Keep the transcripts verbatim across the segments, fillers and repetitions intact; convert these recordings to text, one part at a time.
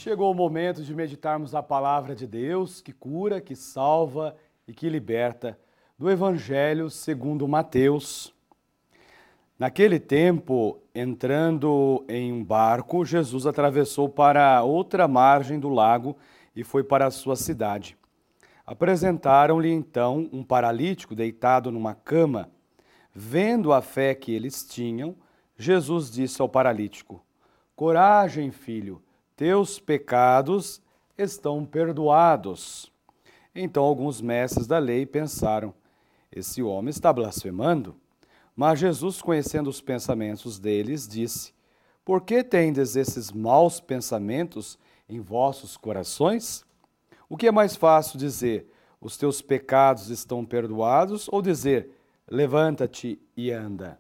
Chegou o momento de meditarmos a palavra de Deus, que cura, que salva e que liberta, do Evangelho segundo Mateus. Naquele tempo, entrando em um barco, Jesus atravessou para outra margem do lago e foi para a sua cidade. Apresentaram-lhe então um paralítico deitado numa cama. Vendo a fé que eles tinham, Jesus disse ao paralítico: "Coragem, filho, teus pecados estão perdoados." Então alguns mestres da lei pensaram: esse homem está blasfemando. Mas Jesus, conhecendo os pensamentos deles, disse: "Por que tendes esses maus pensamentos em vossos corações? O que é mais fácil dizer: os teus pecados estão perdoados, ou dizer: levanta-te e anda?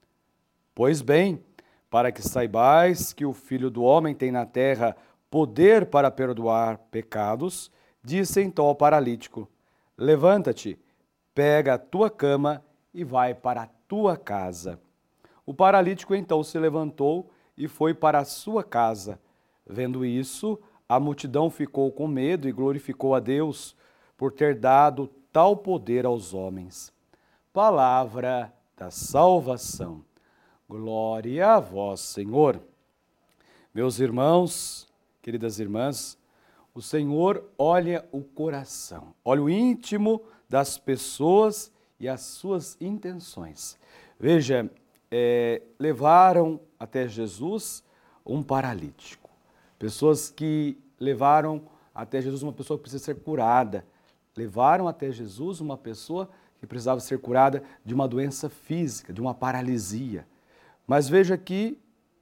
Pois bem, para que saibais que o Filho do Homem tem na terra poder para perdoar pecados, disse então ao paralítico: levanta-te, pega a tua cama e vai para a tua casa. O paralítico então se levantou e foi para a sua casa. Vendo isso, a multidão ficou com medo e glorificou a Deus por ter dado tal poder aos homens. Palavra da salvação. Glória a vós, Senhor. Meus irmãos, queridas irmãs, o Senhor olha o coração, olha o íntimo das pessoas e as suas intenções. Veja, é, levaram até Jesus um paralítico. Pessoas que levaram até Jesus uma pessoa que precisa ser curada. Levaram até Jesus uma pessoa que precisava ser curada de uma doença física, de uma paralisia. Mas veja que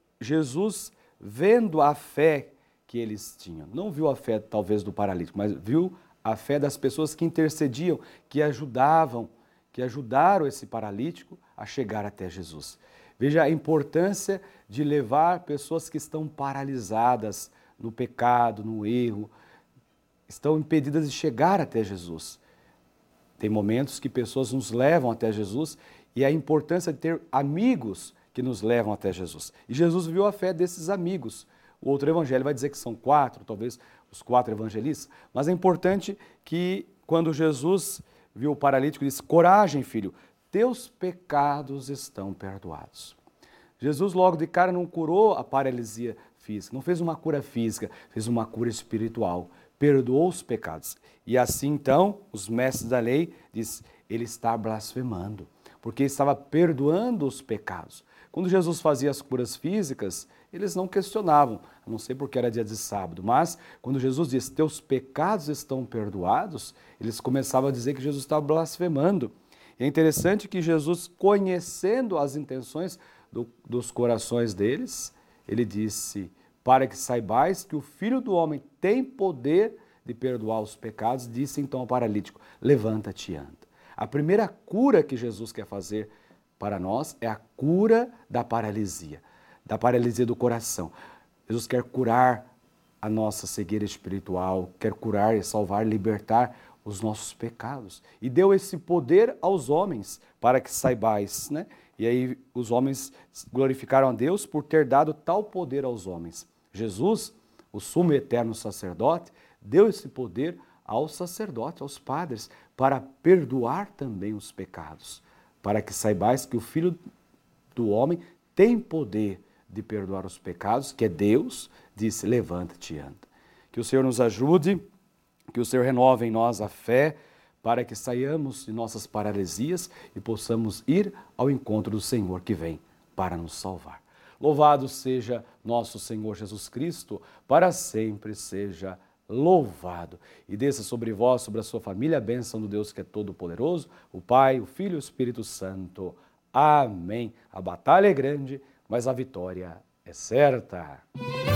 Jesus, vendo a fé que eles tinham, não viu a fé talvez do paralítico, mas viu a fé das pessoas que intercediam, que ajudavam, que ajudaram esse paralítico a chegar até Jesus. Veja a importância de levar pessoas que estão paralisadas no pecado, no erro, estão impedidas de chegar até Jesus. Tem momentos que pessoas nos levam até Jesus e a importância de ter amigos que nos levam até Jesus. E Jesus viu a fé desses amigos. O outro evangelho vai dizer que são quatro, talvez os quatro evangelistas, mas é importante que quando Jesus viu o paralítico, disse: coragem, filho, teus pecados estão perdoados. Jesus logo de cara não curou a paralisia física, não fez uma cura física, fez uma cura espiritual, perdoou os pecados. E assim então, os mestres da lei dizem: ele está blasfemando, porque estava perdoando os pecados. Quando Jesus fazia as curas físicas, eles não questionavam, a não ser porque era dia de sábado, mas quando Jesus diz: teus pecados estão perdoados, eles começavam a dizer que Jesus estava blasfemando. E é interessante que Jesus, conhecendo as intenções do, dos corações deles, ele disse: para que saibais que o Filho do Homem tem poder de perdoar os pecados, disse então ao paralítico: levanta-te e anda. A primeira cura que Jesus quer fazer para nós é a cura da paralisia, da paralisia do coração. Jesus quer curar a nossa cegueira espiritual, quer curar e salvar, libertar os nossos pecados. E deu esse poder aos homens, para que saibais, né? E aí os homens glorificaram a Deus por ter dado tal poder aos homens. Jesus, o sumo e eterno sacerdote, deu esse poder aos sacerdotes, aos padres, para perdoar também os pecados, para que saibais que o Filho do Homem tem poder de perdoar os pecados, que é Deus, disse: levanta-te e anda. Que o Senhor nos ajude, que o Senhor renove em nós a fé, para que saiamos de nossas paralisias e possamos ir ao encontro do Senhor que vem para nos salvar. Louvado seja nosso Senhor Jesus Cristo, para sempre seja louvado. E desça sobre vós, sobre a sua família, a bênção do Deus que é todo-poderoso, o Pai, o Filho e o Espírito Santo. Amém. A batalha é grande, mas a vitória é certa.